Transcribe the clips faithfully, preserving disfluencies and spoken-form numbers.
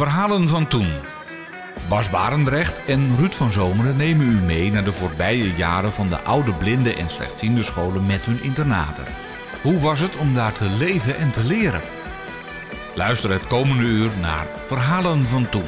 Verhalen van toen. Bas Barendrecht en Ruud van Zomeren nemen u mee naar de voorbije jaren van de oude blinde en slechtziende scholen met hun internaten. Hoe was het om daar te leven en te leren? Luister het komende uur naar Verhalen van toen.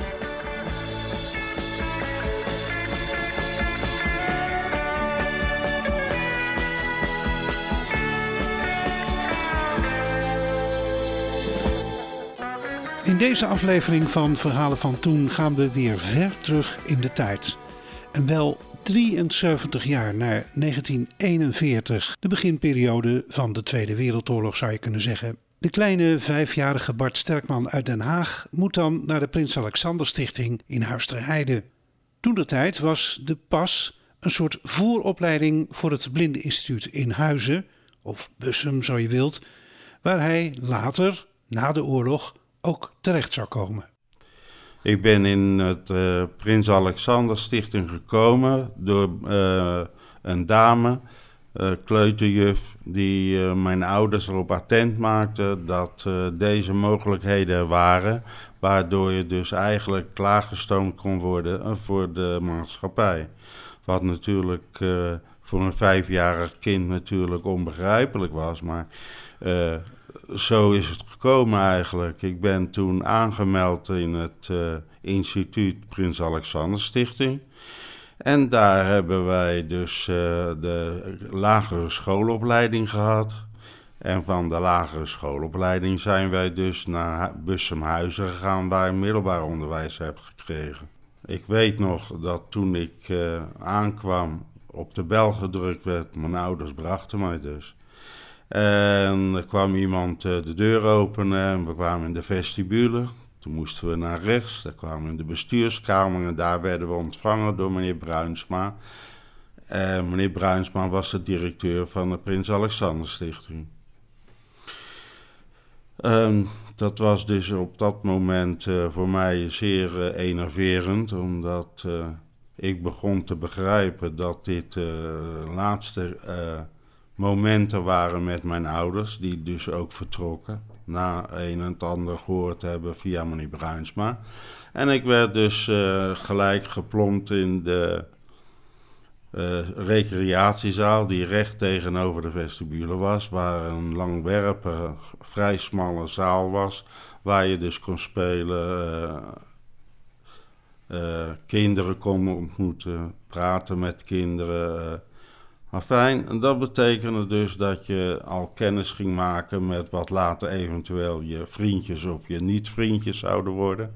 In deze aflevering van Verhalen van Toen gaan we weer ver terug in de tijd. En wel drieënzeventig jaar naar negentien eenenveertig, de beginperiode van de Tweede Wereldoorlog zou je kunnen zeggen. De kleine vijfjarige Bart Sterkman uit Den Haag moet dan naar de Prins Alexander Stichting in Huis ter Heide. Toentertijd was de P A S een soort vooropleiding voor het Blindeninstituut in Huizen, of Bussum zo je wilt, waar hij later, na de oorlog, ook terecht zou komen. Ik ben in het uh, Prins Alexander Stichting gekomen door uh, een dame, uh, kleuterjuf, die uh, mijn ouders erop attent maakte dat uh, deze mogelijkheden er waren, waardoor je dus eigenlijk klaargestoomd kon worden uh, voor de maatschappij. Wat natuurlijk uh, voor een vijfjarig kind natuurlijk onbegrijpelijk was, maar uh, zo is het gekomen eigenlijk. Ik ben toen aangemeld in het uh, instituut Prins Alexander Stichting. En daar hebben wij dus uh, de lagere schoolopleiding gehad. En van de lagere schoolopleiding zijn wij dus naar Bussum-Huizen gegaan, waar ik middelbaar onderwijs heb gekregen. Ik weet nog dat toen ik uh, aankwam, op de bel gedrukt werd, mijn ouders brachten mij dus. En er kwam iemand uh, de deur openen en we kwamen in de vestibule. Toen moesten we naar rechts, daar kwamen we in de bestuurskamer en daar werden we ontvangen door meneer Bruinsma. En meneer Bruinsma was de directeur van de Prins Alexander Stichting. Um, dat was dus op dat moment uh, voor mij zeer uh, enerverend, omdat uh, ik begon te begrijpen dat dit uh, laatste uh, momenten waren met mijn ouders, die dus ook vertrokken, na een en het ander gehoord hebben via meneer Bruinsma. En ik werd dus uh, gelijk geplompt in de uh, recreatiezaal, die recht tegenover de vestibule was, waar een langwerpige, vrij smalle zaal was, waar je dus kon spelen, uh, uh, kinderen kon ontmoeten, praten met kinderen. Uh, Maar fijn, en dat betekende dus dat je al kennis ging maken met wat later eventueel je vriendjes of je niet-vriendjes zouden worden.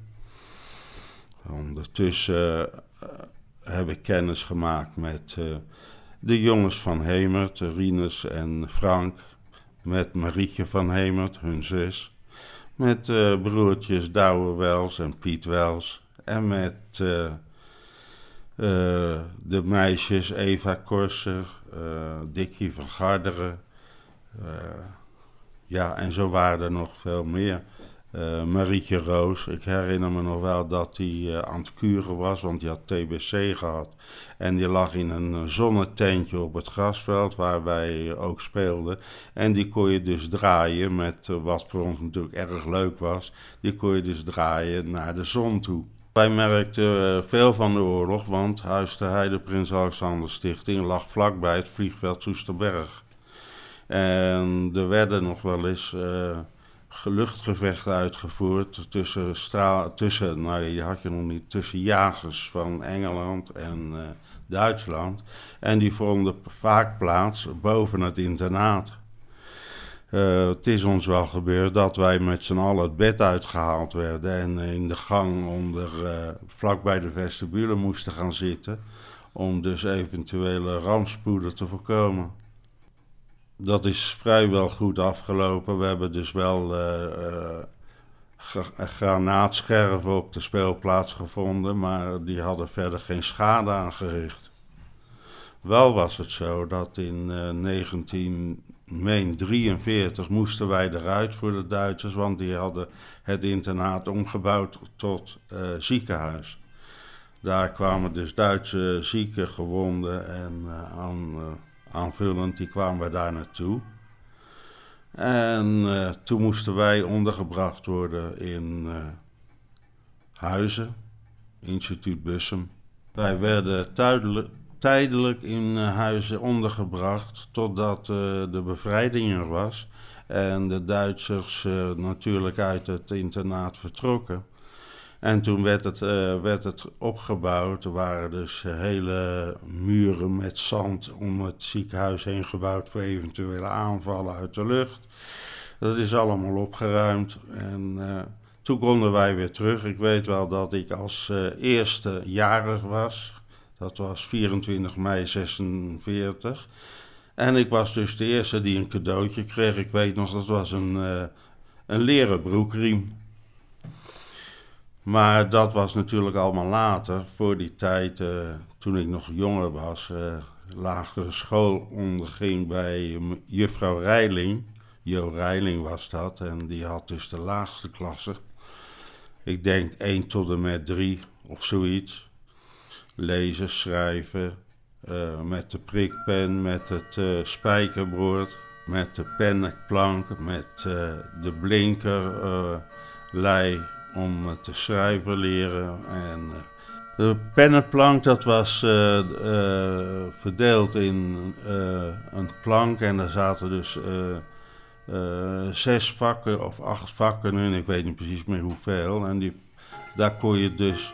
Ondertussen uh, heb ik kennis gemaakt met uh, de jongens van Hemert, Rinus en Frank, met Marietje van Hemert, hun zus, met uh, broertjes Douwe Wels en Piet Wels en met uh, uh, de meisjes Eva Korser, Uh, Dikkie van Garderen, uh, ja, en zo waren er nog veel meer. Uh, Marietje Roos, ik herinner me nog wel dat die uh, aan het kuren was, want die had T B C gehad. En die lag in een zonnetentje op het grasveld, waar wij ook speelden. En die kon je dus draaien met, uh, wat voor ons natuurlijk erg leuk was, die kon je dus draaien naar de zon toe. Wij merkten veel van de oorlog, want Huis ter Heide Prins Alexander Stichting lag vlakbij het vliegveld Soesterberg. En er werden nog wel eens uh, luchtgevechten uitgevoerd tussen, stra- tussen, nou die had je nog niet, tussen jagers van Engeland en uh, Duitsland. En die vonden vaak plaats boven het internaat. Uh, het is ons wel gebeurd dat wij met z'n allen het bed uitgehaald werden en in de gang onder, uh, vlakbij de vestibule moesten gaan zitten om dus eventuele rampspoeden te voorkomen. Dat is vrijwel goed afgelopen. We hebben dus wel uh, uh, gra- granaatscherven op de speelplaats gevonden, maar die hadden verder geen schade aangericht. Wel was het zo dat in uh, negentien drieënveertig moesten wij eruit voor de Duitsers, want die hadden het internaat omgebouwd tot uh, ziekenhuis. Daar kwamen dus Duitse zieken, gewonden en uh, aan, uh, aanvullend, die kwamen wij daar naartoe. En uh, toen moesten wij ondergebracht worden in uh, Huizen, instituut Bussum. Wij werden tijdelijk, tijdelijk in Huizen ondergebracht totdat uh, de bevrijding er was. En de Duitsers uh, natuurlijk uit het internaat vertrokken. En toen werd het, uh, werd het opgebouwd. Er waren dus hele muren met zand om het ziekenhuis heen gebouwd voor eventuele aanvallen uit de lucht. Dat is allemaal opgeruimd en uh, toen konden wij weer terug. Ik weet wel dat ik als uh, eerste jarig was. Dat was vierentwintig mei zesenveertig. En ik was dus de eerste die een cadeautje kreeg. Ik weet nog, dat was een, uh, een leren broekriem. Maar dat was natuurlijk allemaal later. Voor die tijd, uh, toen ik nog jonger was, uh, lagere school onderging bij juffrouw Reiling. Jo Reiling was dat en die had dus de laagste klasse. Ik denk één tot en met drie of zoiets. Lezen, schrijven, uh, met de prikpen, met het uh, spijkerbord, met de pennenplank, met uh, de blinkerlei uh, om te schrijven leren. En, uh, de pennenplank dat was uh, uh, verdeeld in uh, een plank en daar zaten dus uh, uh, zes vakken of acht vakken in, ik weet niet precies meer hoeveel. En die, daar kon je dus...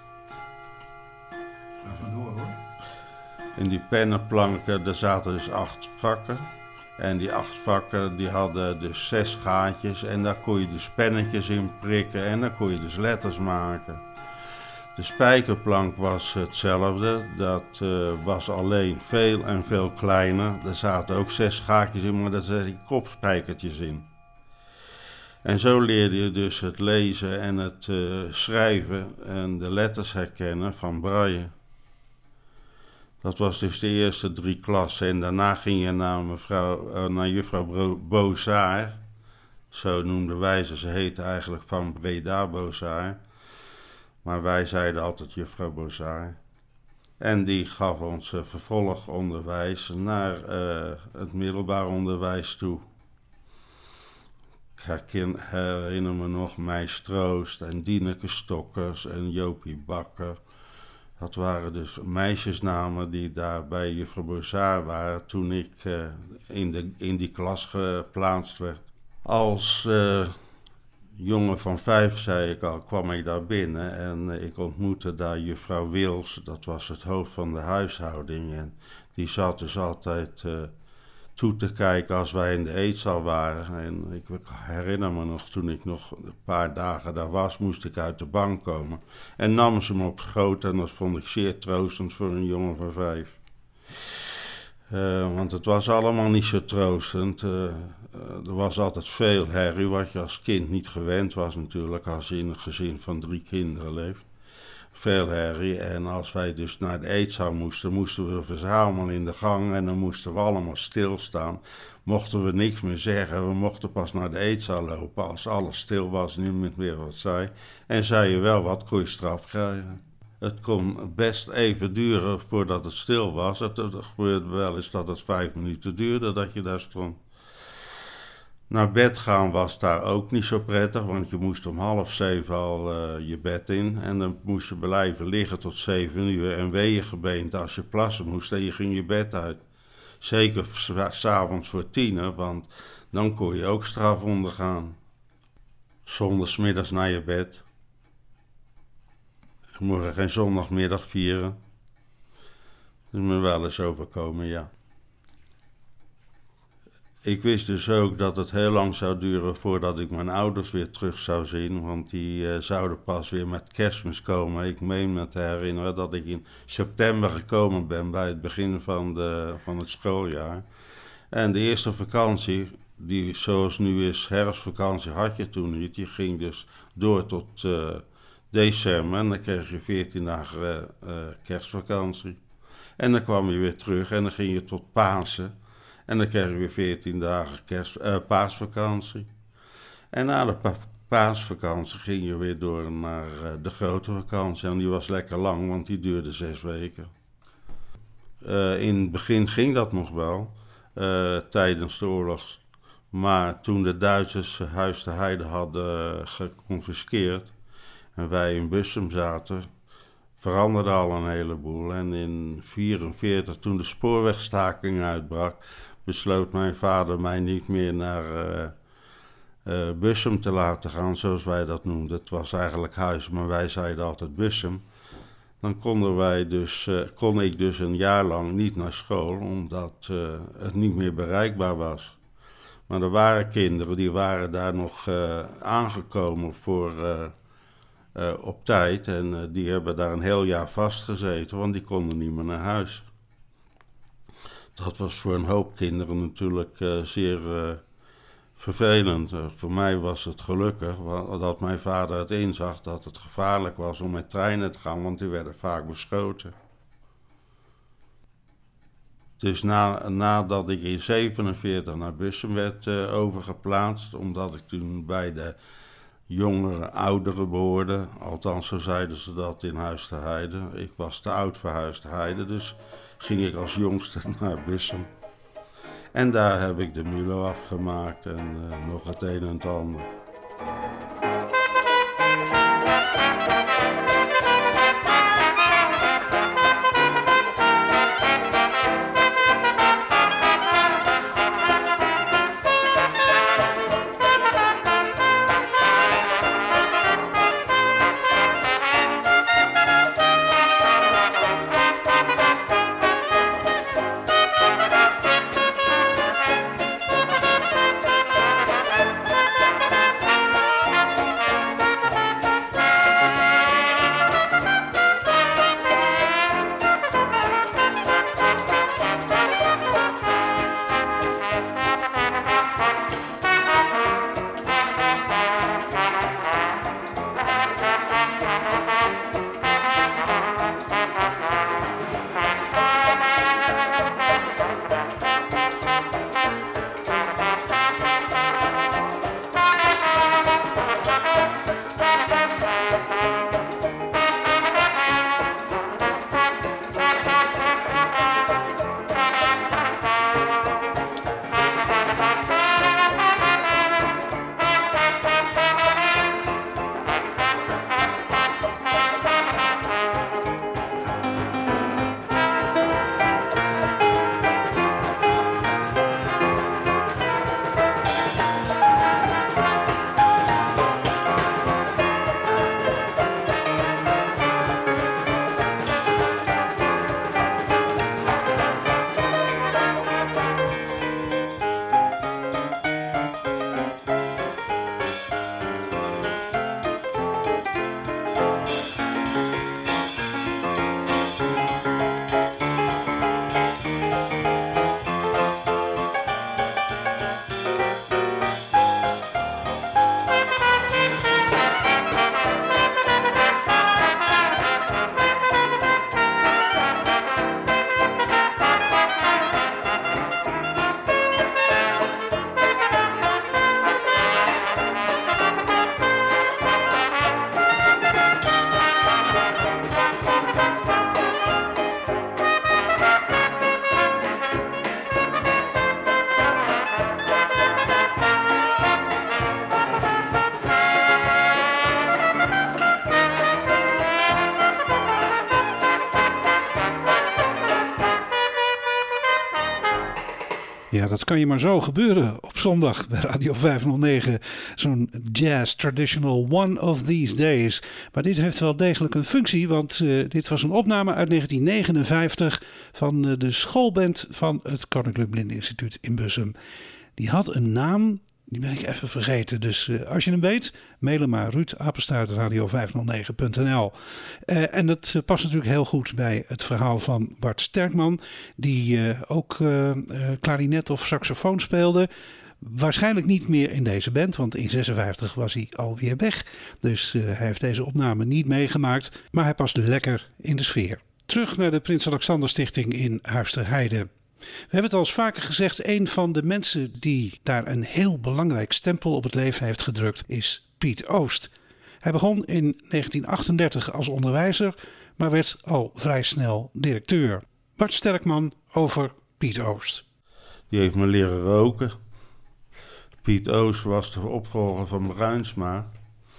Even door hoor. In die pennenplanken daar zaten dus acht vakken. En die acht vakken die hadden dus zes gaatjes en daar kon je dus pennetjes in prikken en daar kon je dus letters maken. De spijkerplank was hetzelfde, dat uh, was alleen veel en veel kleiner. Er zaten ook zes gaatjes in, maar daar zaten die kopspijkertjes in. En zo leerde je dus het lezen en het uh, schrijven en de letters herkennen van braille. Dat was dus de eerste drie klassen en daarna ging je naar, mevrouw, uh, naar juffrouw Bozaar. Zo noemden wij ze, ze heette eigenlijk van Breda Bozaar. Maar wij zeiden altijd juffrouw Bozaar. En die gaf ons uh, vervolgonderwijs naar uh, het middelbaar onderwijs toe. Ik herken, herinner me nog Meis Troost en Dieneke Stokkers en Jopie Bakker. Dat waren dus meisjesnamen die daar bij juffrouw Bozaar waren toen ik uh, in, de, in die klas geplaatst werd. Als uh, jongen van vijf, zei ik al, kwam ik daar binnen en uh, ik ontmoette daar juffrouw Wils, dat was het hoofd van de huishouding. En die zat dus altijd uh, toe te kijken als wij in de eetzaal waren. En ik herinner me nog, toen ik nog een paar dagen daar was, moest ik uit de bank komen. En nam ze me op schoot en dat vond ik zeer troostend voor een jongen van vijf. Uh, want het was allemaal niet zo troostend. Uh, uh, er was altijd veel herrie, wat je als kind niet gewend was natuurlijk, als je in een gezin van drie kinderen leeft. Veel herrie en als wij dus naar de eetzaal moesten, moesten we verzamelen in de gang en dan moesten we allemaal stilstaan. Mochten we niks meer zeggen, we mochten pas naar de eetzaal lopen als alles stil was, niemand meer wat zei. En zei je wel wat, kon je straf krijgen. Het kon best even duren voordat het stil was. Het, het gebeurde wel eens dat het vijf minuten duurde dat je daar stond. Naar bed gaan was daar ook niet zo prettig, want je moest om half zeven al uh, je bed in. En dan moest je blijven liggen tot zeven uur en weeëngebeend als je plassen moest en je ging je bed uit. Zeker 's avonds voor tien, want dan kon je ook straf ondergaan. Zondags middags naar je bed. Je mocht geen zondagmiddag vieren. Dat is me wel eens overkomen, ja. Ik wist dus ook dat het heel lang zou duren voordat ik mijn ouders weer terug zou zien, want die uh, zouden pas weer met Kerstmis komen. Ik meen me te herinneren dat ik in september gekomen ben bij het begin van, de, van het schooljaar. En de eerste vakantie, die zoals nu is herfstvakantie, had je toen niet. Die ging dus door tot uh, december en dan kreeg je veertien dagen uh, uh, kerstvakantie. En dan kwam je weer terug en dan ging je tot Pasen. En dan kreeg je weer veertien dagen kerst, uh, paasvakantie. En na de pa- paasvakantie ging je weer door naar uh, de grote vakantie. En die was lekker lang, want die duurde zes weken. Uh, in het begin ging dat nog wel, uh, tijdens de oorlog. Maar toen de Duitsers Huis te Heide hadden geconfiskeerd en wij in Bussum zaten, veranderde al een heleboel. En in negentien vierenveertig, toen de spoorwegstaking uitbrak, besloot mijn vader mij niet meer naar uh, uh, Bussum te laten gaan, zoals wij dat noemden. Het was eigenlijk huis, maar wij zeiden altijd Bussum. Dan konden wij dus, uh, kon ik dus een jaar lang niet naar school, omdat uh, het niet meer bereikbaar was. Maar er waren kinderen die waren daar nog uh, aangekomen voor, uh, uh, op tijd. En uh, die hebben daar een heel jaar vastgezeten, want die konden niet meer naar huis. Dat was voor een hoop kinderen natuurlijk uh, zeer uh, vervelend. Uh, voor mij was het gelukkig dat mijn vader het inzag dat het gevaarlijk was om met treinen te gaan, want die werden vaak beschoten. Dus na, nadat ik in negentien zevenenveertig naar Bussum werd uh, overgeplaatst, omdat ik toen bij de jongere ouderen behoorde, althans zo zeiden ze dat in Huis te Heide. Ik was te oud voor Huis te Heide, dus ging ik als jongste naar Bussum. En daar heb ik de Mulo afgemaakt en uh, nog het een en het ander. Ja, dat kan je maar zo gebeuren op zondag bij Radio vijfhonderdnegen. Zo'n jazz traditional one of these days. Maar dit heeft wel degelijk een functie, want uh, dit was een opname uit negentien negenenvijftig van uh, de schoolband van het Koninklijk Blindeninstituut in Bussum. Die had een naam, die ben ik even vergeten. Dus uh, als je hem weet, mail hem maar Ruud apenstaart radio vijfhonderdnegen punt n l. Uh, en dat uh, past natuurlijk heel goed bij het verhaal van Bart Sterkman, die uh, ook uh, uh, klarinet of saxofoon speelde. Waarschijnlijk niet meer in deze band, want in zesenvijftig was hij alweer weg. Dus uh, hij heeft deze opname niet meegemaakt, maar hij past lekker in de sfeer. Terug naar de Prins Alexander Stichting in Huis ter Heide. We hebben het al eens vaker gezegd, een van de mensen die daar een heel belangrijk stempel op het leven heeft gedrukt is Piet Oost. Hij begon in negentien achtendertig als onderwijzer, maar werd al vrij snel directeur. Bart Sterkman over Piet Oost. Die heeft me leren roken. Piet Oost was de opvolger van Bruinsma.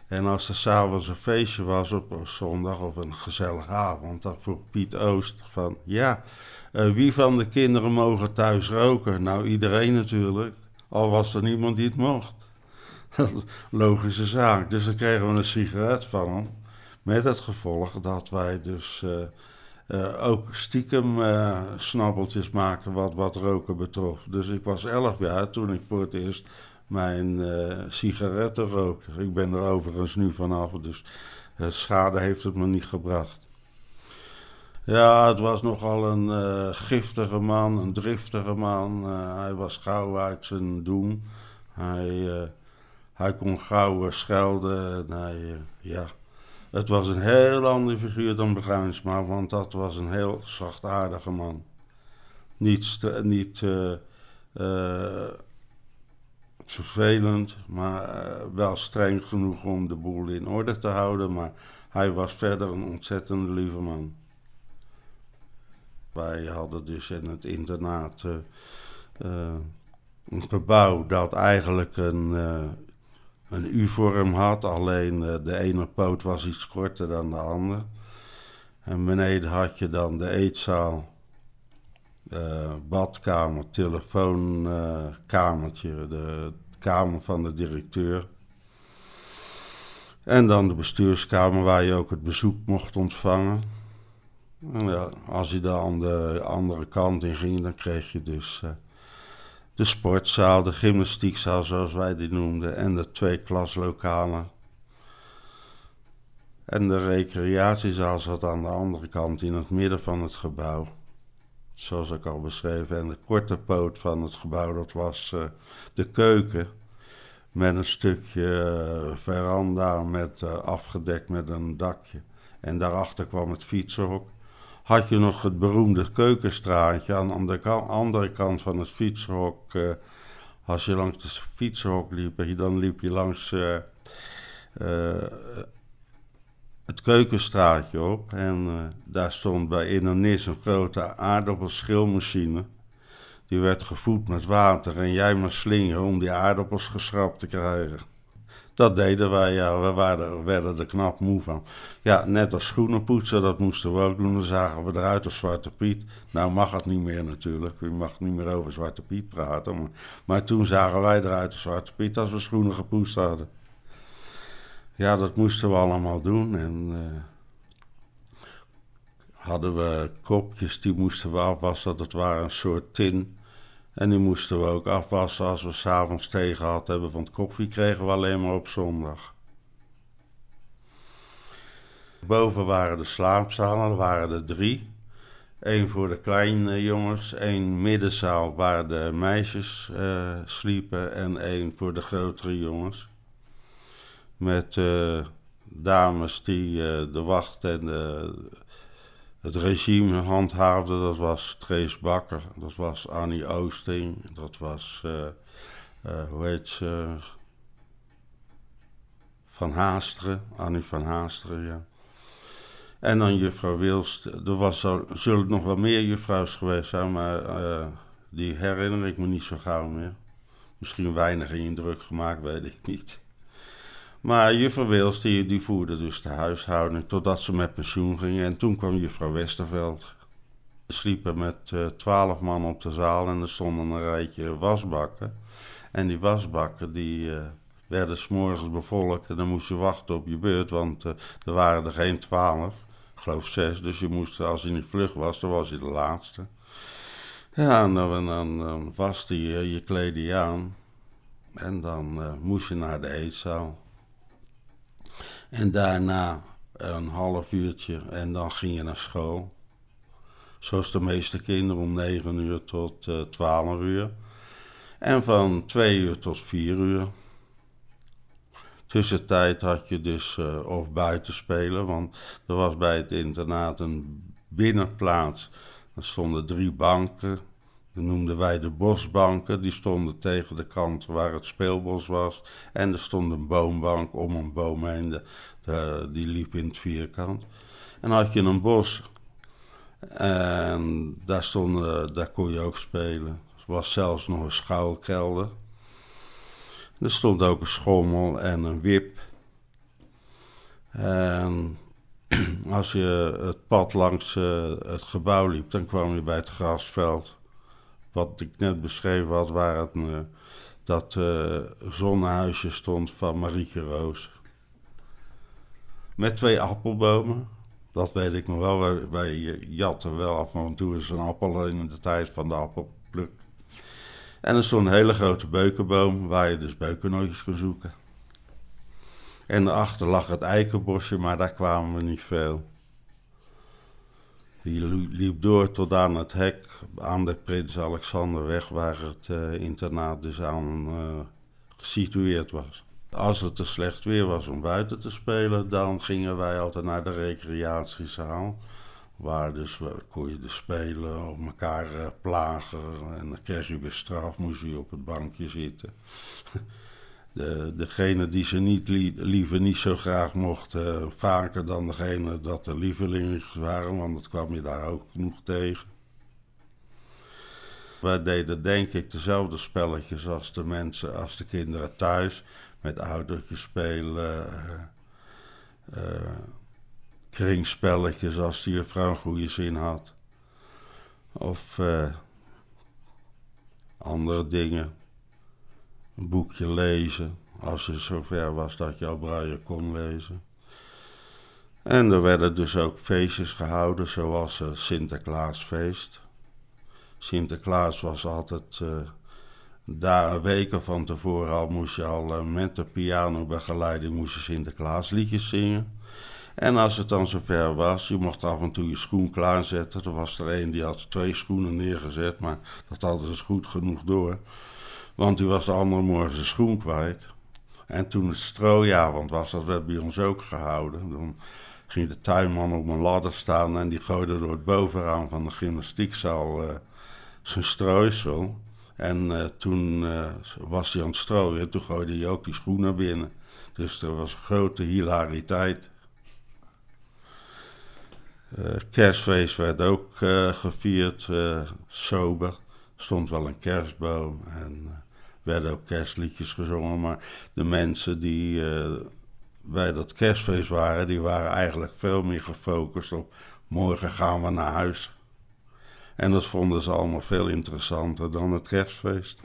En als er s'avonds een feestje was op een zondag of een gezellige avond, dan vroeg Piet Oost van, ja, uh, wie van de kinderen mogen thuis roken? Nou, iedereen natuurlijk, al was er niemand die het mocht. Logische zaak. Dus dan kregen we een sigaret van hem, met het gevolg dat wij dus uh, uh, ook stiekem uh, snabbeltjes maakten wat, wat roken betrof. Dus ik was elf jaar toen ik voor het eerst mijn uh, sigaretten rookte. Ik ben er overigens nu vanaf, dus uh, schade heeft het me niet gebracht. Ja, het was nogal een uh, giftige man, een driftige man. Uh, hij was gauw uit zijn doen. Hij, uh, hij kon gauw uh, schelden. En hij, uh, ja. Het was een heel ander figuur dan Bruinsma, want dat was een heel zachtaardige man. Niet... St- niet uh, uh, vervelend, maar uh, wel streng genoeg om de boel in orde te houden. Maar hij was verder een ontzettend lieve man. Wij hadden dus in het internaat uh, uh, een gebouw dat eigenlijk een, uh, een U-vorm had. Alleen uh, de ene poot was iets korter dan de andere. En beneden had je dan de eetzaal. Uh, badkamer, telefoonkamertje, uh, de kamer van de directeur. En dan de bestuurskamer waar je ook het bezoek mocht ontvangen. En ja, als je dan aan de andere kant in ging, dan kreeg je dus uh, de sportzaal, de gymnastiekzaal zoals wij die noemden, en de twee klaslokalen. En de recreatiezaal zat aan de andere kant in het midden van het gebouw. Zoals ik al beschreef. En de korte poot van het gebouw, dat was uh, de keuken. Met een stukje uh, veranda met, uh, afgedekt met een dakje. En daarachter kwam het fietsenhok. Had je nog het beroemde keukenstraatje. Aan, aan de ka- andere kant van het fietsenhok. Uh, als je langs het fietsenhok liep, dan liep je langs uh, uh, het keukenstraatje op. En uh, daar stond bij Innernis een grote aardappelschilmachine. Die werd gevoed met water en jij maar slingeren om die aardappels geschrapt te krijgen. Dat deden wij, ja, we waren, werden er knap moe van. Ja, net als schoenen poetsen, dat moesten we ook doen. Dan zagen we eruit als Zwarte Piet. Nou mag het niet meer natuurlijk, je mag niet meer over Zwarte Piet praten. Maar, maar toen zagen wij eruit als Zwarte Piet als we schoenen gepoetst hadden. Ja, dat moesten we allemaal doen. En uh, hadden we kopjes, die moesten we afwassen. Dat waren een soort tin. En die moesten we ook afwassen als we 's avonds thee gehad hebben. Want koffie kregen we alleen maar op zondag. Boven waren de slaapzalen, er waren er drie. Eén voor de kleine jongens, één middenzaal waar de meisjes uh, sliepen en één voor de grotere jongens. Met uh, dames die uh, de wacht en de, het regime handhaafden. Dat was Trees Bakker, dat was Annie Oosting, dat was, uh, uh, hoe heet ze, Van Haasteren, Annie van Haasteren, ja. En dan juffrouw Wilst, er was zo, zullen nog wel meer juffrouws geweest zijn, maar uh, die herinner ik me niet zo gauw meer. Misschien weinig indruk gemaakt, weet ik niet. Maar juffrouw Wils, die, die voerde dus de huishouding totdat ze met pensioen ging. En toen kwam juffrouw Westerveld. We sliepen met twaalf uh, man op de zaal en er stonden een rijtje wasbakken. En die wasbakken die uh, werden 's morgens bevolkt en dan moest je wachten op je beurt, want uh, er waren er geen twaalf, ik geloof zes. Dus je moest, als je niet vlug was, dan was je de laatste. Ja, en dan, dan, dan waste je je kleding aan en dan uh, moest je naar de eetzaal. En daarna een half uurtje en dan ging je naar school. Zoals de meeste kinderen om negen uur tot uh, twaalf uur. En van twee uur tot vier uur. Tussentijd had je dus uh, of buiten spelen, want er was bij het internaat een binnenplaats. Er stonden drie banken. Dat noemden wij de bosbanken. Die stonden tegen de kant waar het speelbos was. En er stond een boombank om een boom heen. De, de, die liep in het vierkant. En had je een bos. En daar, stonden, daar kon je ook spelen. Er was zelfs nog een schuilkelder. Er stond ook een schommel en een wip. En als je het pad langs uh, het gebouw liep, dan kwam je bij het grasveld. Wat ik net beschreven had, waar het, uh, dat uh, zonnehuisje stond van Marieke Roos. Met twee appelbomen. Dat weet ik nog wel. Wij, wij jatten wel af en toe eens een appel in de tijd van de appelpluk. En er stond een hele grote beukenboom waar je dus beukennootjes kon zoeken. En daarachter lag het eikenbosje, maar daar kwamen we niet veel. Die liep door tot aan het hek aan de Prins Alexanderweg, waar het uh, internaat dus aan uh, gesitueerd was. Als het te slecht weer was om buiten te spelen, dan gingen wij altijd naar de recreatiezaal. Waar dus kon je dus spelen, of elkaar uh, plagen en dan kreeg je weer straf, moest je op het bankje zitten. De, degene die ze niet li- liever niet zo graag mochten, uh, vaker dan degene dat de lievelingen waren, want dat kwam je daar ook genoeg tegen. Wij deden denk ik dezelfde spelletjes als de mensen, als de kinderen thuis, met autootjes spelen, uh, uh, kringspelletjes als de juffrouw een goede zin had. Of uh, andere dingen. Een boekje lezen, als je zover was dat je al braille kon lezen. En er werden dus ook feestjes gehouden, zoals het Sinterklaasfeest. Sinterklaas was altijd, uh, daar weken van tevoren al moest je al uh, met de pianobegeleiding moest je Sinterklaasliedjes zingen. En als het dan zover was, je mocht af en toe je schoen klaarzetten. Er was er een die had twee schoenen neergezet, maar dat had dus goed genoeg door. Want die was de andere morgen zijn schoen kwijt. En toen het strooiavond was, dat werd bij ons ook gehouden. Dan ging de tuinman op een ladder staan en die gooide door het bovenraam van de gymnastiekzaal uh, zijn strooisel. En uh, toen uh, was hij aan het strooien en toen gooide hij ook die schoen naar binnen. Dus er was grote hilariteit. Uh, kerstfeest werd ook uh, gevierd, uh, sober. Er stond wel een kerstboom en uh, werden ook kerstliedjes gezongen. Maar de mensen die uh, bij dat kerstfeest waren, die waren eigenlijk veel meer gefocust op morgen gaan we naar huis. En dat vonden ze allemaal veel interessanter dan het kerstfeest.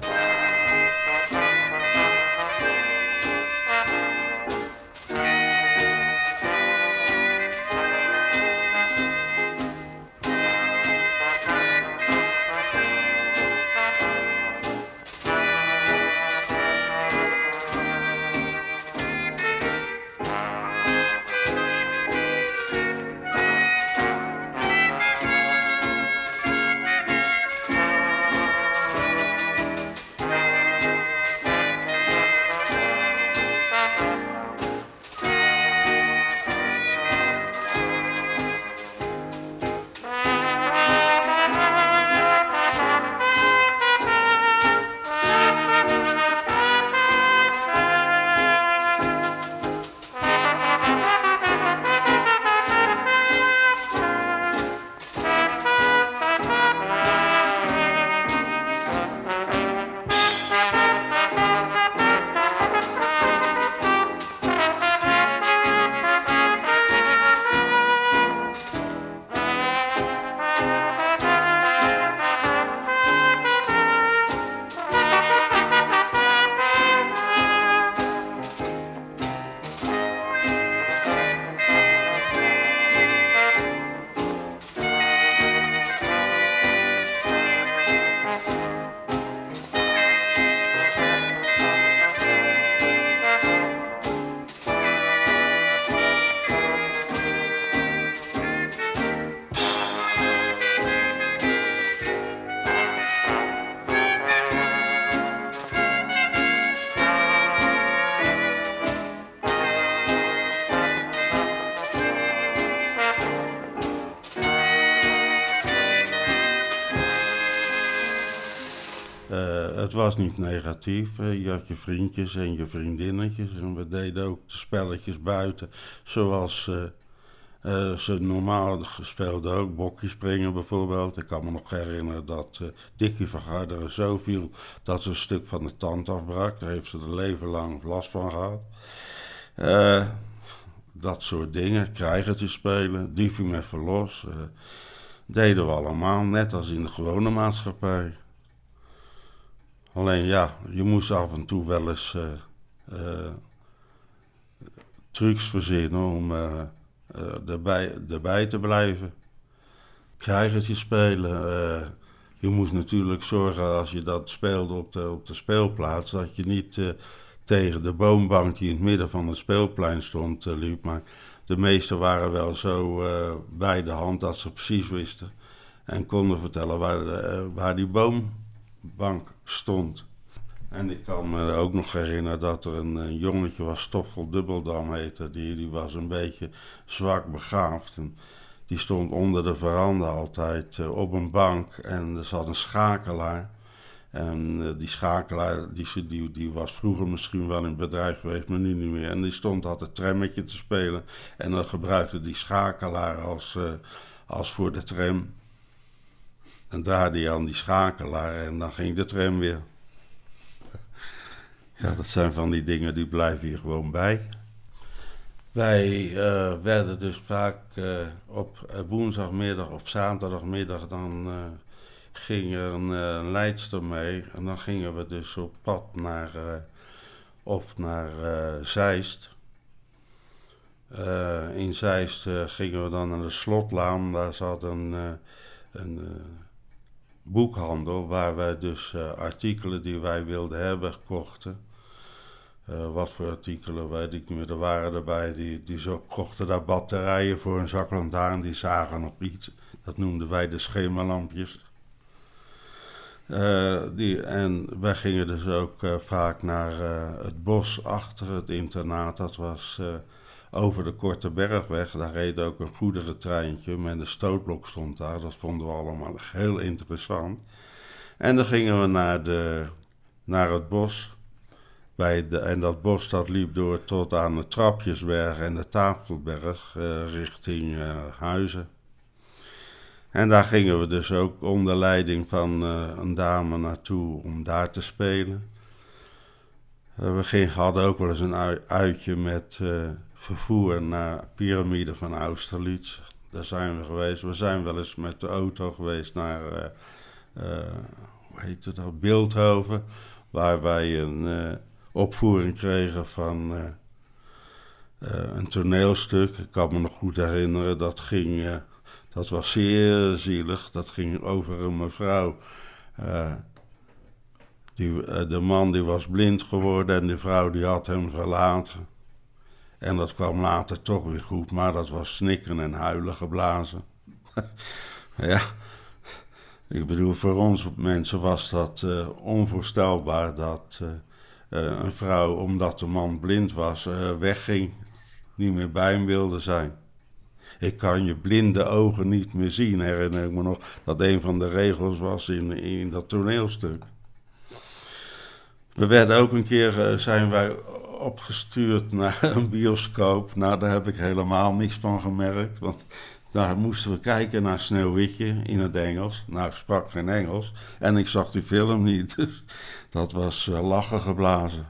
Uh, het was niet negatief. Uh, je had je vriendjes en je vriendinnetjes. En we deden ook de spelletjes buiten. Zoals uh, uh, ze normaal speelden ook. Bokjes springen bijvoorbeeld. Ik kan me nog herinneren dat uh, Dikkie van Garderen zo viel dat ze een stuk van de tand afbrak. Daar heeft ze er leven lang last van gehad. Uh, dat soort dingen, krijgertje spelen, diefje met verlos. Uh, deden we allemaal, net als in de gewone maatschappij. Alleen ja, je moest af en toe wel eens uh, uh, trucs verzinnen om uh, uh, erbij, erbij te blijven. Krijgertje spelen. Uh, je moest natuurlijk zorgen als je dat speelde op de, op de speelplaats, dat je niet uh, tegen de boombank die in het midden van het speelplein stond uh, liep. Maar de meesten waren wel zo uh, bij de hand dat ze precies wisten en konden vertellen waar, de, uh, waar die boombank stond. En ik kan me ook nog herinneren dat er een, een jongetje was, Stoffel Dubbeldam heette, die, die was een beetje zwak begaafd. En die stond onder de veranda altijd uh, op een bank en er zat een schakelaar. En uh, die schakelaar die, die, die was vroeger misschien wel in bedrijf geweest, maar nu niet meer. En die stond altijd trammetje te spelen en dan gebruikte die schakelaar als, uh, als voor de tram. En draaide hij aan die schakelaar en dan ging de tram weer. Ja, dat zijn van die dingen die blijven hier gewoon bij. Wij uh, werden dus vaak uh, op woensdagmiddag of zaterdagmiddag, dan uh, ging er een, een leidster mee. En dan gingen we dus op pad naar, uh, of naar uh, Zeist. Uh, in Zeist uh, gingen we dan naar de Slotlaan. Daar zat een, uh, een uh, boekhandel waar wij dus uh, artikelen die wij wilden hebben kochten. Uh, wat voor artikelen, weet ik niet meer. Er waren erbij die, die zo kochten daar batterijen voor een zak lantaarn. Die zagen nog iets. Dat noemden wij de schemerlampjes. Uh, die, en wij gingen dus ook uh, vaak naar uh, het bos achter het internaat. Dat was uh, over de Korte Bergweg. Daar reed ook een goederentreintje met een stootblok stond daar. Dat vonden we allemaal heel interessant. En dan gingen we naar, de, naar het bos. Bij de, en dat bos dat liep door tot aan de Trapjesberg en de Tafelberg uh, richting uh, Huizen. En daar gingen we dus ook onder leiding van uh, een dame naartoe om daar te spelen. Uh, we ging, hadden ook wel eens een ui, uitje met uh, vervoer naar Piramide van Austerlitz. Daar zijn we geweest. We zijn wel eens met de auto geweest naar, uh, uh, hoe heet het dat, Bilthoven, waar wij een uh, opvoering kregen van uh, uh, een toneelstuk. Ik kan me nog goed herinneren, dat ging... Uh, Dat was zeer zielig. Dat ging over een mevrouw. Uh, die, uh, de man die was blind geworden en de vrouw die had hem verlaten. En dat kwam later toch weer goed, maar dat was snikken en huilen geblazen. Ja, ik bedoel, voor ons mensen was dat uh, onvoorstelbaar dat uh, uh, een vrouw, omdat de man blind was, uh, wegging, niet meer bij hem wilde zijn. Ik kan je blinde ogen niet meer zien, herinner ik me nog, dat een van de regels was in, in dat toneelstuk. We werden ook een keer, uh, zijn wij opgestuurd naar een bioscoop. Nou, daar heb ik helemaal niks van gemerkt, want daar moesten we kijken naar Sneeuwwitje in het Engels. Nou, ik sprak geen Engels en ik zag die film niet, dus dat was uh, lachen geblazen.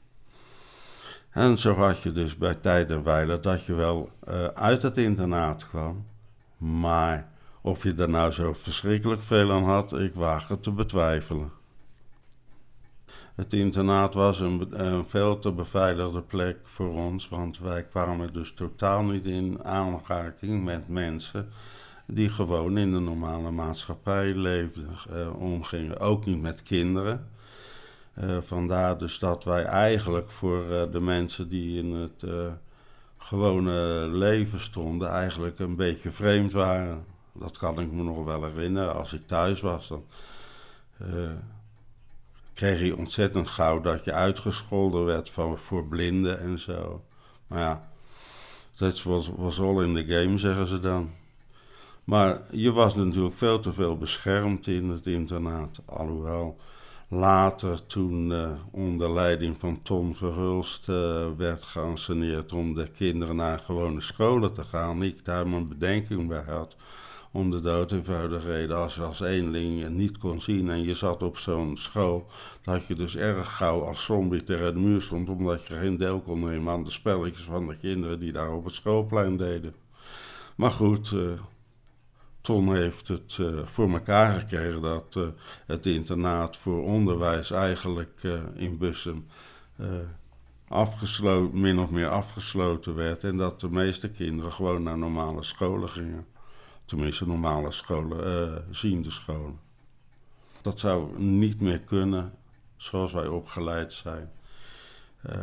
En zo had je dus bij tijd en wijle dat je wel uh, uit het internaat kwam. Maar of je er nou zo verschrikkelijk veel aan had, ik waag het te betwijfelen. Het internaat was een, een veel te beveiligde plek voor ons, want wij kwamen dus totaal niet in aanraking met mensen die gewoon in de normale maatschappij leefden, uh, omgingen. Ook niet met kinderen. Uh, vandaar dus dat wij eigenlijk voor uh, de mensen die in het uh, gewone leven stonden eigenlijk een beetje vreemd waren. Dat kan ik me nog wel herinneren. Als ik thuis was, dan uh, kreeg je ontzettend gauw dat je uitgescholden werd van, voor blinden en zo. Maar ja, dat was, was all in the game, zeggen ze dan. Maar je was natuurlijk veel te veel beschermd in het internaat, alhoewel... Later, toen uh, onder leiding van Ton Verhulst uh, werd geanceneerd om de kinderen naar gewone scholen te gaan, ik daar mijn bedenking bij had, om de dood eenvoudige reden. Als je als eenling niet kon zien en je zat op zo'n school, dat je dus erg gauw als zombie tegen de muur stond, omdat je geen deel kon nemen aan de spelletjes van de kinderen die daar op het schoolplein deden. Maar goed, uh, Ton heeft het uh, voor elkaar gekregen dat uh, het internaat voor onderwijs eigenlijk uh, in Bussum uh, afgesloten, min of meer afgesloten werd. En dat de meeste kinderen gewoon naar normale scholen gingen. Tenminste, normale scholen, uh, ziende scholen. Dat zou niet meer kunnen zoals wij opgeleid zijn. Uh,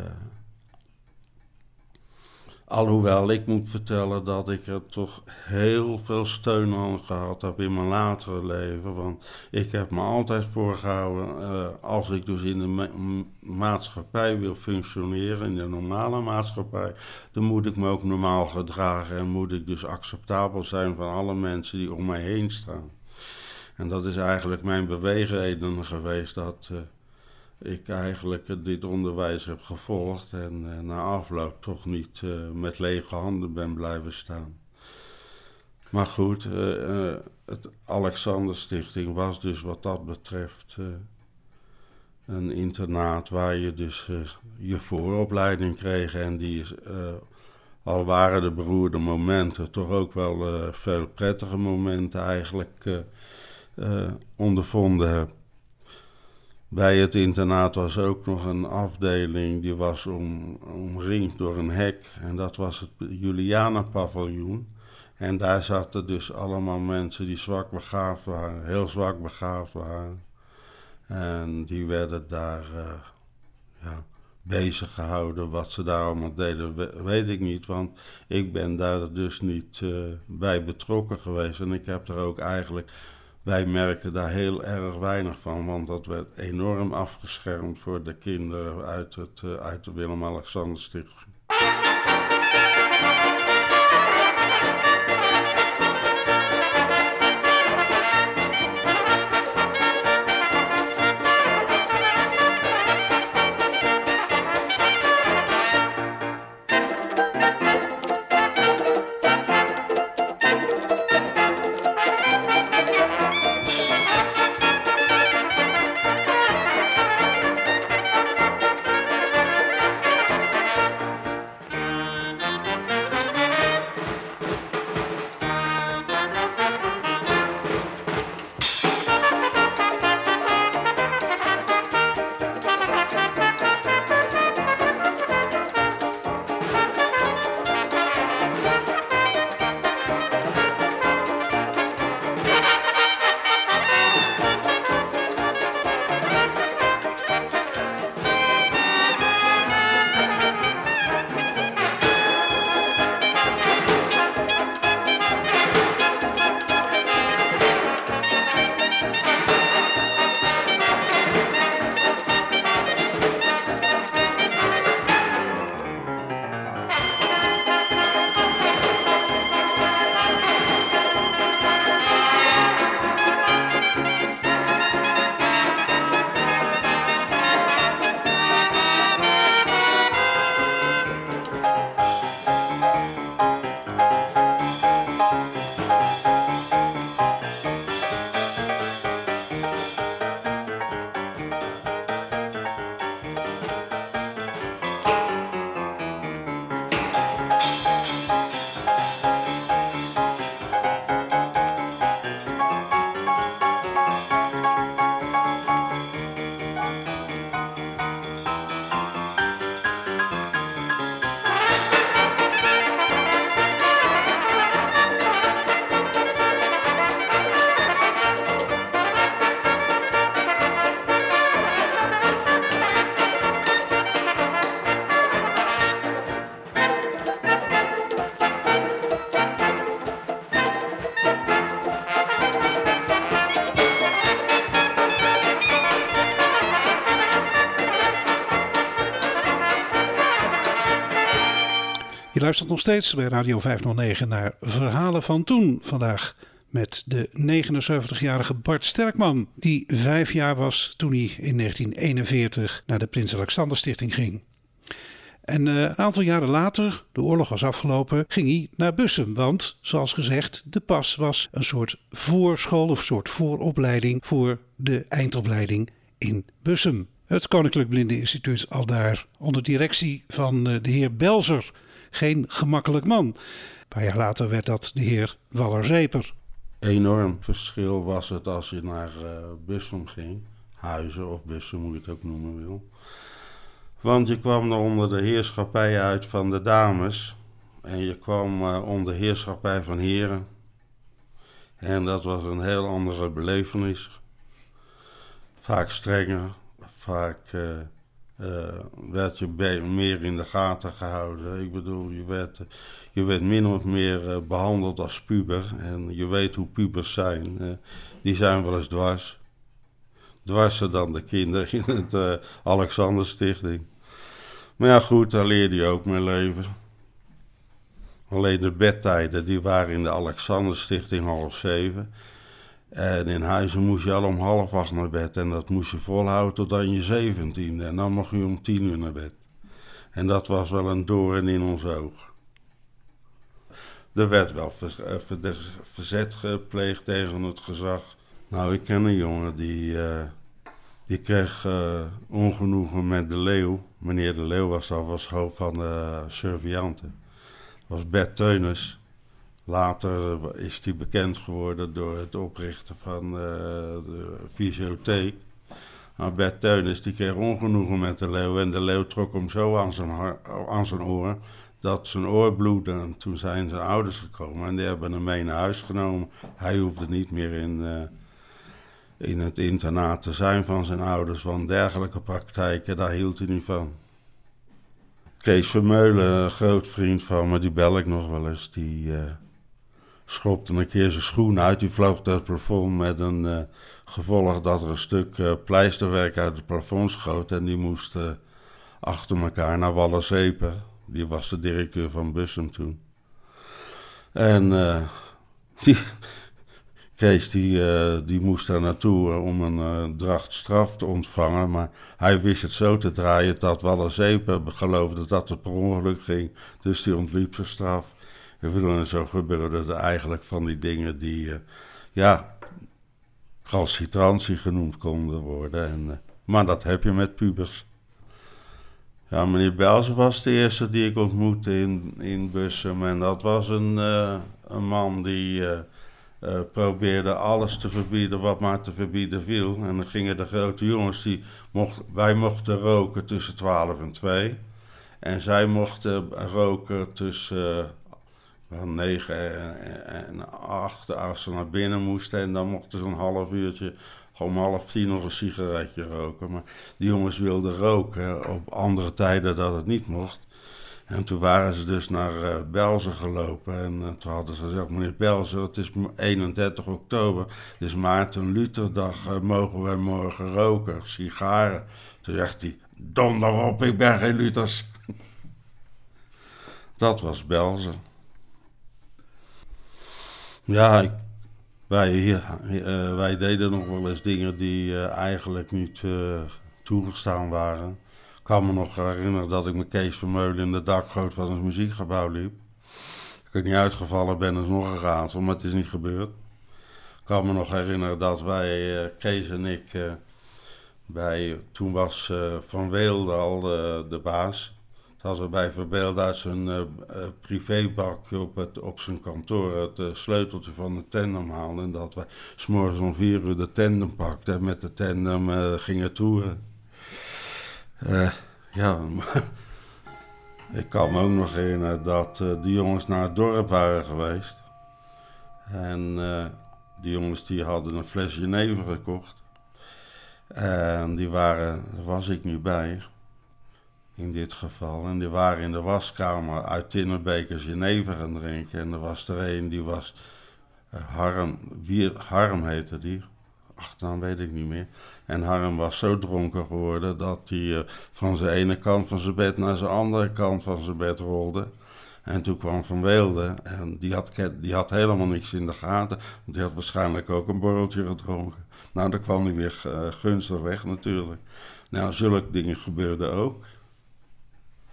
Alhoewel ik moet vertellen dat ik er toch heel veel steun aan gehad heb in mijn latere leven. Want ik heb me altijd voorgehouden, uh, als ik dus in de ma- maatschappij wil functioneren, in de normale maatschappij, dan moet ik me ook normaal gedragen en moet ik dus acceptabel zijn van alle mensen die om mij heen staan. En dat is eigenlijk mijn beweegreden geweest dat Uh, ik eigenlijk dit onderwijs heb gevolgd en uh, na afloop toch niet uh, met lege handen ben blijven staan. Maar goed, uh, uh, het Alexander Stichting was dus wat dat betreft uh, een internaat waar je dus uh, je vooropleiding kreeg en die is, uh, al waren de beroerde momenten, toch ook wel uh, veel prettige momenten eigenlijk uh, uh, ondervonden heb. Bij het internaat was ook nog een afdeling die was om, omringd door een hek. En dat was het Juliana-paviljoen. En daar zaten dus allemaal mensen die zwak begaafd waren, heel zwak begaafd waren. En die werden daar uh, ja, bezig gehouden. Wat ze daar allemaal deden, weet ik niet. Want ik ben daar dus niet uh, bij betrokken geweest. En ik heb er ook eigenlijk... Wij merkten daar heel erg weinig van, want dat werd enorm afgeschermd voor de kinderen uit, het, uh, uit de Willem-Alexander Stichting. Je luistert nog steeds bij Radio vijfhonderdnegen naar Verhalen van Toen. Vandaag met de negenenzeventigjarige Bart Sterkman, die vijf jaar was toen hij in negentien eenenveertig naar de Prins Alexander Stichting ging. En uh, een aantal jaren later, de oorlog was afgelopen, ging hij naar Bussum. Want, zoals gezegd, de Pas was een soort voorschool of een soort vooropleiding voor de eindopleiding in Bussum. Het Koninklijk Blindeninstituut aldaar onder directie van uh, de heer Belzer. Geen gemakkelijk man. Een paar jaar later werd dat de heer Waller-Zeper. Enorm verschil was het als je naar uh, Bussum ging. Huizen of Bussum, hoe je het ook noemen wil. Want je kwam er onder de heerschappij uit van de dames. En je kwam uh, onder heerschappij van heren. En dat was een heel andere belevenis. Vaak strenger. Vaak uh, uh, werd je be- meer in de gaten gehouden. Ik bedoel, je werd, je werd min of meer uh, behandeld als puber. En je weet hoe pubers zijn. Uh, die zijn wel eens dwars. Dwarser dan de kinderen in het uh, Alexanderstichting. Maar ja goed, daar leerde je ook mee leven. Alleen de bedtijden, die waren in de Alexanderstichting half zeven. En in Huizen moest je al om half acht naar bed. En dat moest je volhouden tot aan je zeventiende. En dan mocht je om tien uur naar bed. En dat was wel een doorn in ons oog. Er werd wel verzet gepleegd tegen het gezag. Nou, ik ken een jongen die, uh, die kreeg uh, ongenoegen met de Leeuw. Meneer de Leeuw was al was hoofd van de surveillanten. Dat was Bert Teunis. Later is hij bekend geworden door het oprichten van uh, de Fysiotheek. Maar Bert Teunis die kreeg ongenoegen met de Leeuw en de Leeuw trok hem zo aan zijn, har- aan zijn oor dat zijn oor bloedde. En toen zijn zijn ouders gekomen en die hebben hem mee naar huis genomen. Hij hoefde niet meer in, uh, in het internaat te zijn van zijn ouders, want dergelijke praktijken, daar hield hij niet van. Kees Vermeulen, een groot vriend van me, die bel ik nog wel eens, die uh, schopte een keer zijn schoen uit. Die vloog door het plafond met een uh, gevolg dat er een stuk uh, pleisterwerk uit het plafond schoot. En die moest uh, achter elkaar naar Waller-Zeper. Die was de directeur van Bussum toen. En uh, die, Kees die, uh, die moest daar naartoe uh, om een uh, dracht straf te ontvangen. Maar hij wist het zo te draaien dat Waller-Zeper geloofde dat het per ongeluk ging. Dus die ontliep zijn straf. En zo gebeurde er eigenlijk van die dingen die, uh, ja, recalcitrantie genoemd konden worden. En, uh, maar dat heb je met pubers. Ja, meneer Belzer was de eerste die ik ontmoette in, in Bussum. En dat was een, uh, een man die uh, uh, probeerde alles te verbieden wat maar te verbieden viel. En dan gingen de grote jongens, die mocht, wij mochten roken tussen twaalf en twee. En zij mochten roken tussen uh, negen en acht als ze naar binnen moesten. En dan mochten ze een half uurtje, om half tien nog een sigaretje roken. Maar die jongens wilden roken op andere tijden dat het niet mocht. En toen waren ze dus naar uh, Belzer gelopen. En uh, toen hadden ze gezegd, meneer Belzer, het is eenendertig oktober. Het is Maarten Lutherdag, uh, mogen wij morgen roken, sigaren. Toen zegt hij, donder op, ik ben geen Luthers. Dat was Belzer. Ja, ik, wij, uh, wij deden nog wel eens dingen die uh, eigenlijk niet uh, toegestaan waren. Ik kan me nog herinneren dat ik met Kees Vermeulen in de dakgoot van het muziekgebouw liep. Dat ik niet uitgevallen ben, is nog een raadsel, maar het is niet gebeurd. Ik kan me nog herinneren dat wij, uh, Kees en ik, uh, bij, toen was uh, Van Weelde al de, de baas. Toen hadden we bij Verbeeld uit zijn uh, uh, privébakje op, het, op zijn kantoor het uh, sleuteltje van de tandem haalden. En dat wij 's morgens om vier uur de tandem pakten en met de tandem uh, gingen toeren. Uh, ja, ik kan me ook nog herinneren dat uh, de jongens naar het dorp waren geweest. En uh, die jongens die hadden een fles Genever gekocht. En die waren, daar was ik nu bij, in dit geval. En die waren in de waskamer uit tinnenbekers Genever gaan drinken. En er was er een, die was, uh, Harm, wie, Harm heette die. Achternaam weet ik niet meer. En Harm was zo dronken geworden dat hij uh, van zijn ene kant van zijn bed naar zijn andere kant van zijn bed rolde. En toen kwam Van Weelde en die had, die had helemaal niks in de gaten. Want die had waarschijnlijk ook een borreltje gedronken. Nou, dan kwam hij weer uh, gunstig weg natuurlijk. Nou, zulke dingen gebeurden ook.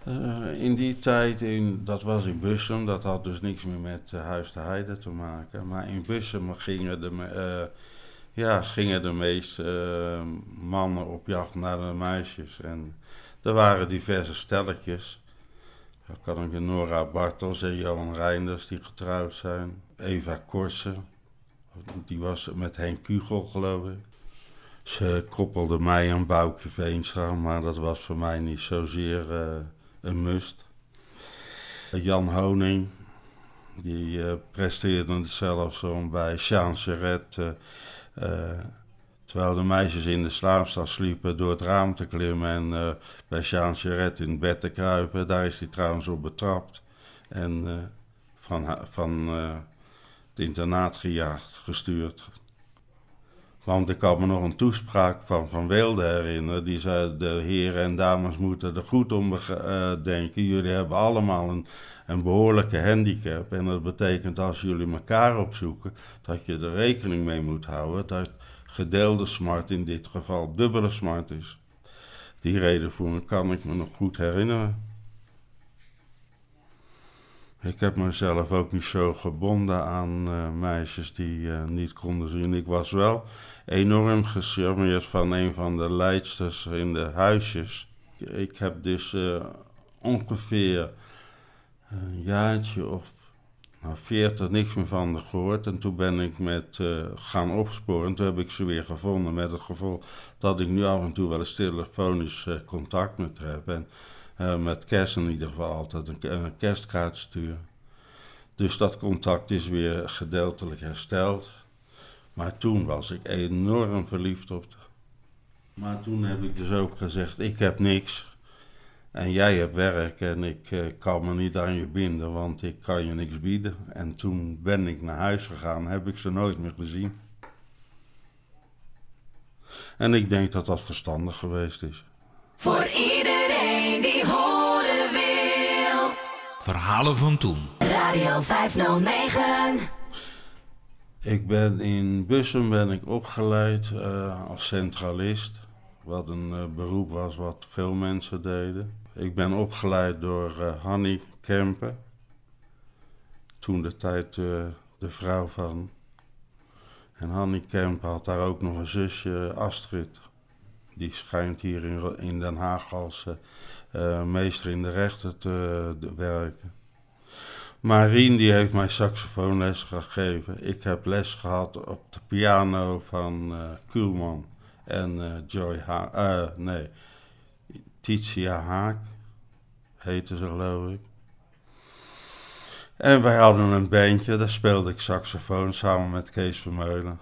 Uh, in die tijd, in, dat was in Bussum, dat had dus niks meer met uh, Huis de Heide te maken. Maar in Bussum gingen de, uh, ja, gingen de meeste uh, mannen op jacht naar de meisjes. En er waren diverse stelletjes. Dan kan ik Nora Bartels en Johan Reinders die getrouwd zijn. Eva Korsen, die was met Henk Kugel geloof ik. Ze koppelde mij aan Boukje Veenstra, maar dat was voor mij niet zozeer uh, een must. Jan Honing, die uh, presteerde zelfs om bij Sjaan Charette, uh, uh, terwijl de meisjes in de slaapzaal sliepen, door het raam te klimmen en uh, bij Sjaan Charette in het bed te kruipen. Daar is hij trouwens op betrapt en uh, van, van uh, het internaat gejaagd, gestuurd. Want ik kan me nog een toespraak van Van Weelde herinneren. Die zei, de heren en dames moeten er goed om uh, denken. Jullie hebben allemaal een, een behoorlijke handicap. En dat betekent als jullie elkaar opzoeken, dat je er rekening mee moet houden dat gedeelde smart in dit geval dubbele smart is. Die redenvoering kan ik me nog goed herinneren. Ik heb mezelf ook niet zo gebonden aan uh, meisjes die uh, niet konden zien. Ik was wel enorm gecharmeerd van een van de leidsters in de huisjes. Ik heb dus uh, ongeveer een jaartje of nou, veertig niks meer van haar gehoord. En toen ben ik met uh, gaan opsporen. Toen heb ik ze weer gevonden met het gevolg dat ik nu af en toe wel eens telefonisch uh, contact met haar heb. En uh, met kerst in ieder geval altijd een, een kerstkaart sturen. Dus dat contact is weer gedeeltelijk hersteld. Maar toen was ik enorm verliefd op haar. Maar toen heb ik dus ook gezegd, ik heb niks. En jij hebt werk en ik uh, kan me niet aan je binden, want ik kan je niks bieden. En toen ben ik naar huis gegaan, heb ik ze nooit meer gezien. En ik denk dat dat verstandig geweest is. Voor iedereen die horen wil. Verhalen van toen. Radio vijfhonderdnegen. Ik ben in Bussum ben ik opgeleid uh, als centralist. Wat een uh, beroep was wat veel mensen deden. Ik ben opgeleid door uh, Hannie Kempen. Toen de tijd uh, de vrouw van. En Hannie Kempen had daar ook nog een zusje, Astrid. Die schijnt hier in, in Den Haag als uh, uh, meester in de rechten te uh, werken. Marien die heeft mij saxofoonles gegeven. Ik heb les gehad op de piano van uh, Kuhlman en uh, Joy Haak. Uh, nee, Titia Haak heette ze geloof ik. En wij hadden een bandje, daar speelde ik saxofoon samen met Kees Vermeulen.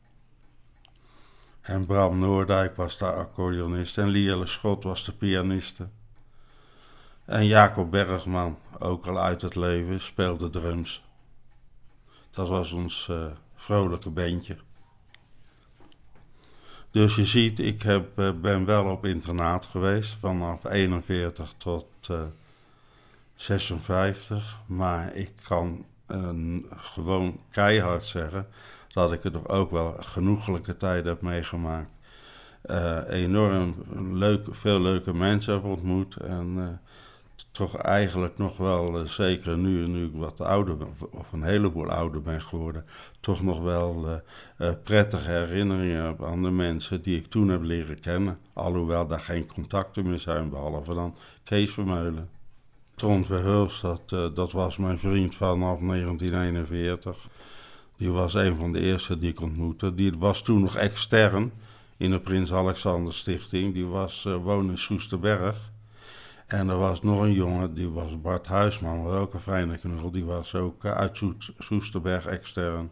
En Bram Noordijk was daar accordeonist en Liele Schot was de pianiste. En Jacob Bergman, ook al uit het leven, speelde drums. Dat was ons uh, vrolijke bandje. Dus je ziet, ik heb, uh, ben wel op internaat geweest, vanaf eenenveertig tot uh, zesenvijftig. Maar ik kan uh, gewoon keihard zeggen dat ik er toch ook wel genoegelijke tijd heb meegemaakt. Uh, enorm leuk, veel leuke mensen heb ontmoet en uh, toch eigenlijk nog wel, uh, zeker nu, nu ik wat ouder ben, of een heleboel ouder ben geworden, toch nog wel uh, uh, prettige herinneringen heb aan de mensen die ik toen heb leren kennen. Alhoewel daar geen contacten meer zijn, behalve dan Kees Vermeulen. Trond Verhulst, dat, uh, dat was mijn vriend vanaf negentien eenenveertig. Die was een van de eerste die ik ontmoette. Die was toen nog extern in de Prins Alexander Stichting. Die was, uh, woonde in Soesterberg. En er was nog een jongen, die was Bart Huisman, maar ook een fijne knuggel. Die was ook uh, uit Soest, Soesterberg extern.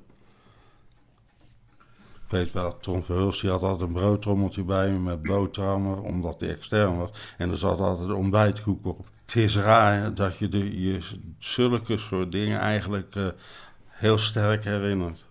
Ik weet wel, Trond Verhulst, die had altijd een broodtrommeltje bij me met boterhammen, omdat hij extern was. En er zat altijd een ontbijtkoek op. Het is raar dat je, de, je zulke soort dingen eigenlijk uh, heel sterk herinnert.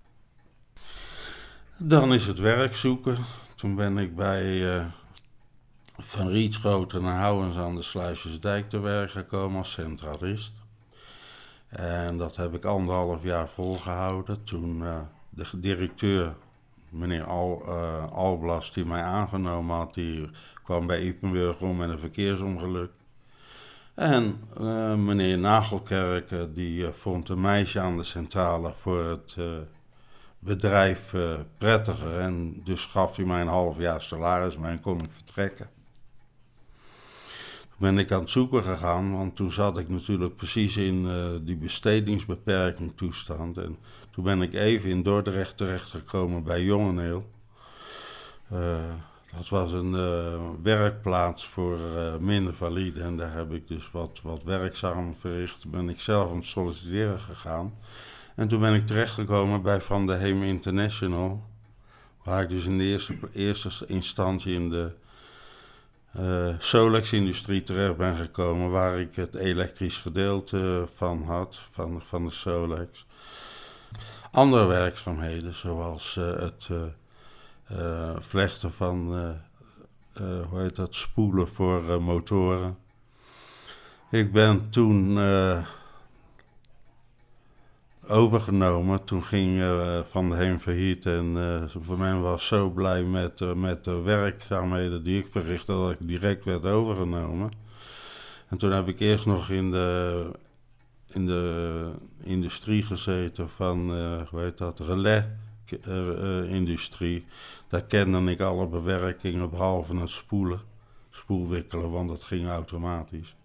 Dan is het werk zoeken. Toen ben ik bij uh, Van Rietschoten en Houwens aan de Sluisjesdijk te werk gekomen als centralist. En dat heb ik anderhalf jaar volgehouden. Toen uh, de directeur, meneer Al, uh, Alblas, die mij aangenomen had, die kwam bij Ypenburg om met een verkeersongeluk. En uh, meneer Nagelkerk, uh, die uh, vond een meisje aan de centrale voor het uh, bedrijf uh, prettiger. En dus gaf hij mij een half jaar salaris, maar en kon ik vertrekken. Toen ben ik aan het zoeken gegaan, want toen zat ik natuurlijk precies in uh, die bestedingsbeperking toestand. En toen ben ik even in Dordrecht terechtgekomen bij Jongeneel. Uh, dat was een uh, werkplaats voor uh, minder valide en daar heb ik dus wat, wat werkzaam verricht. Toen ben ik zelf aan het solliciteren gegaan. En toen ben ik terechtgekomen bij Van der Heem International, waar ik dus in de eerste, eerste instantie in de uh, Solex-industrie terecht ben gekomen, waar ik het elektrisch gedeelte van had, van, van de Solex. Andere werkzaamheden, zoals uh, het uh, uh, vlechten van, uh, uh, hoe heet dat, spoelen voor uh, motoren. Ik ben toen uh, overgenomen, toen ging uh, Van der Heem failliet en uh, voor mij was zo blij met, uh, met de werkzaamheden die ik verrichtte dat ik direct werd overgenomen. En toen heb ik eerst nog in de, in de industrie gezeten van, uh, hoe heet dat, relais-industrie. Uh, uh, Daar kende ik alle bewerkingen behalve het spoelen, spoelwikkelen, want dat ging automatisch.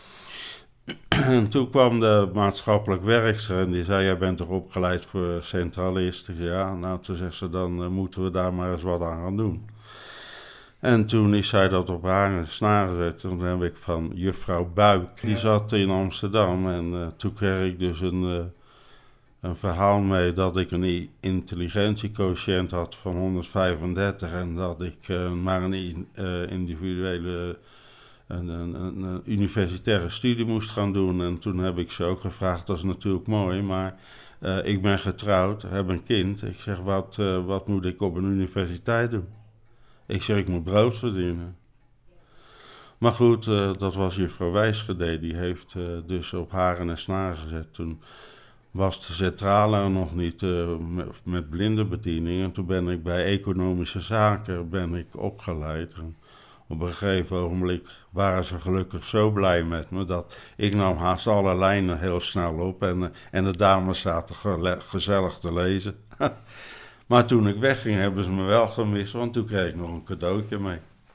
En toen kwam de maatschappelijk werkster en die zei, jij bent toch opgeleid voor centralist? Ik zei, ja, nou toen zegt ze, dan uh, moeten we daar maar eens wat aan gaan doen. En toen is zij dat op haar snaar gezet. Toen heb ik van juffrouw Buik, die zat in Amsterdam. En uh, toen kreeg ik dus een, uh, een verhaal mee dat ik een intelligentiequotient had van honderdvijfendertig. En dat ik uh, maar een uh, individuele, een, een, een universitaire studie moest gaan doen. En toen heb ik ze ook gevraagd, dat is natuurlijk mooi, maar uh, ik ben getrouwd, heb een kind. Ik zeg, wat, uh, wat moet ik op een universiteit doen? Ik zeg, ik moet brood verdienen. Maar goed, uh, dat was juffrouw Wijsgede, die heeft uh, dus op haren en snaren gezet. Toen was de centrale er nog niet uh, met, met blindenbediening. En toen ben ik bij economische zaken ben ik opgeleid. En op een gegeven ogenblik waren ze gelukkig zo blij met me dat ik nam haast alle lijnen heel snel op. En, uh, en de dames zaten ge- gezellig te lezen. Maar toen ik wegging hebben ze me wel gemist, want toen kreeg ik nog een cadeautje mee.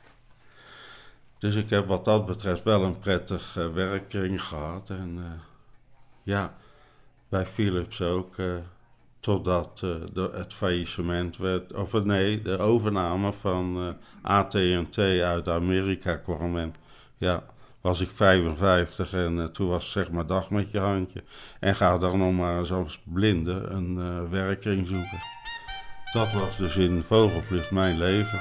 Dus ik heb wat dat betreft wel een prettig uh, werkkring gehad. En uh, ja, bij Philips ook, uh, totdat uh, de, het faillissement werd, of uh, nee, de overname van uh, A T en T uit Amerika kwam. En ja, was ik vijfenvijftig en uh, toen was zeg maar dag met je handje. En ga dan nog maar eens als blinde een uh, werkkring zoeken. Dat was dus in Vogelvlucht mijn leven.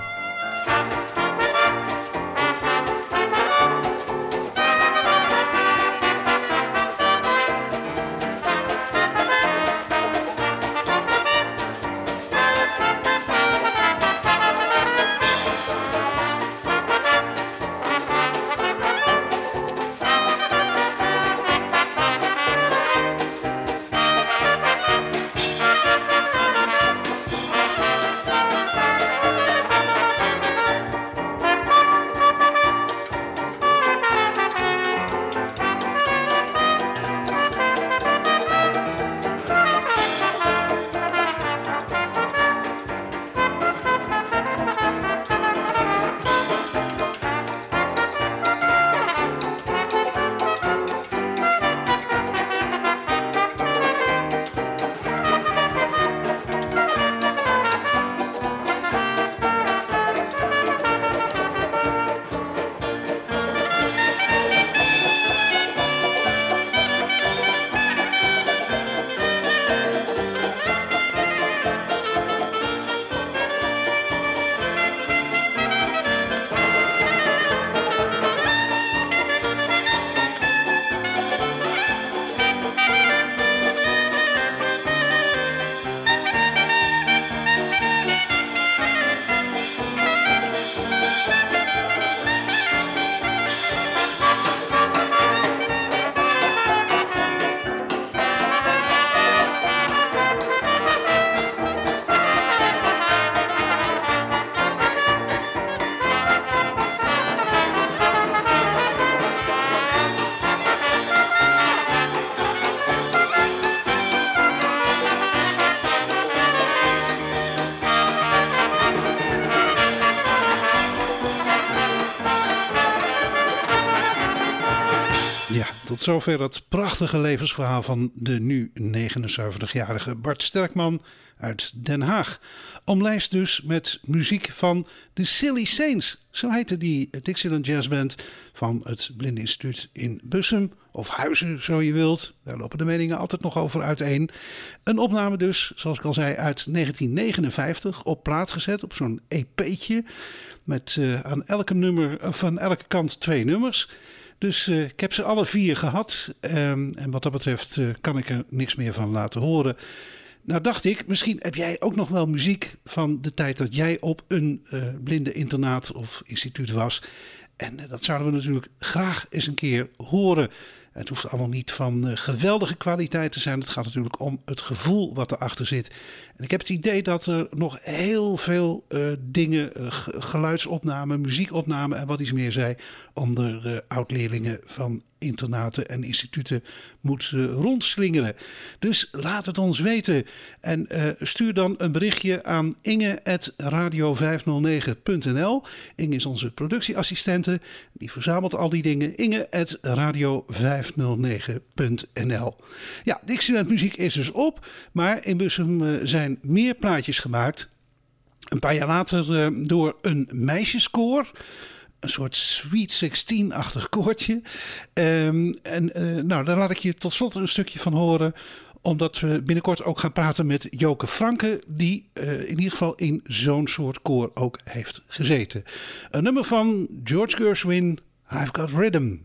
Tot zover het prachtige levensverhaal van de nu negenenzeventigjarige Bart Sterkman uit Den Haag. Omlijst dus met muziek van de Silly Saints. Zo heette die Dixieland Jazzband van het Blindeninstituut in Bussum. Of Huizen, zo je wilt. Daar lopen de meningen altijd nog over uiteen. Een opname dus, zoals ik al zei, uit negentien negenenvijftig. Op plaat gezet op zo'n E P'tje. Met uh, aan elke nummer, van elke kant twee nummers. Dus uh, ik heb ze alle vier gehad. Um, en wat dat betreft uh, kan ik er niks meer van laten horen. Nou dacht ik, misschien heb jij ook nog wel muziek van de tijd dat jij op een uh, blinde internaat of instituut was. En uh, dat zouden we natuurlijk graag eens een keer horen. Het hoeft allemaal niet van uh, geweldige kwaliteit te zijn. Het gaat natuurlijk om het gevoel wat erachter zit. En ik heb het idee dat er nog heel veel uh, dingen, uh, geluidsopnamen, muziekopnamen en wat iets meer zei, onder uh, oud-leerlingen van internaten en instituten moet uh, rondslingeren. Dus laat het ons weten. En uh, stuur dan een berichtje aan inge at radio vijfhonderdnegen punt n l. Inge is onze productieassistente. Die verzamelt al die dingen. inge at radio vijfhonderdnegen punt n l. Ja, Dixieland muziek is dus op. Maar in Bussum uh, zijn meer plaatjes gemaakt. Een paar jaar later uh, door een meisjeskoor. Een soort Sweet zestien-achtig koortje. Um, en uh, nou, daar laat ik je tot slot een stukje van horen. Omdat we binnenkort ook gaan praten met Joke Franke. Die uh, in ieder geval in zo'n soort koor ook heeft gezeten. Een nummer van George Gershwin, I've Got Rhythm.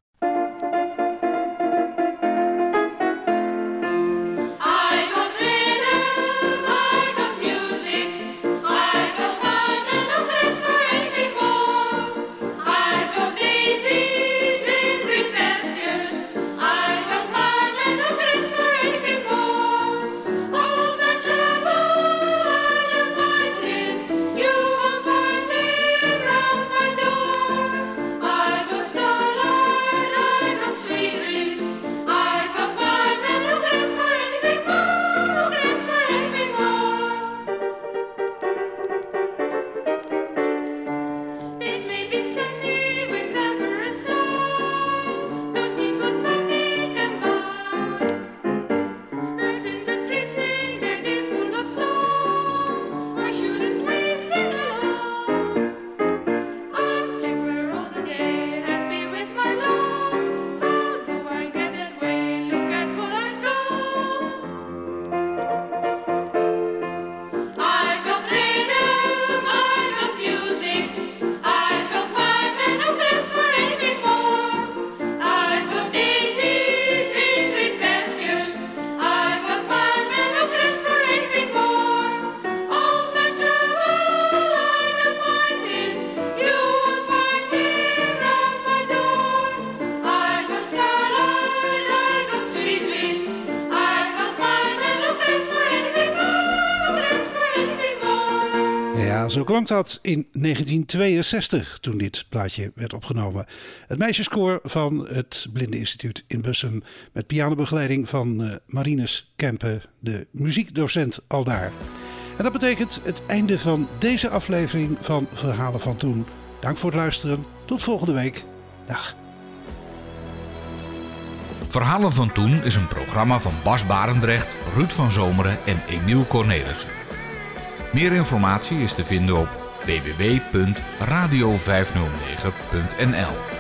Zo klonk dat in negentien tweeënzestig toen dit plaatje werd opgenomen. Het meisjeskoor van het Blindeninstituut in Bussum met pianobegeleiding van uh, Marinus Kempen, de muziekdocent aldaar. En dat betekent het einde van deze aflevering van Verhalen van Toen. Dank voor het luisteren. Tot volgende week. Dag. Verhalen van Toen is een programma van Bas Barendrecht, Ruud van Zomeren en Emiel Cornelissen. Meer informatie is te vinden op w w w punt radio vijfhonderdnegen punt n l.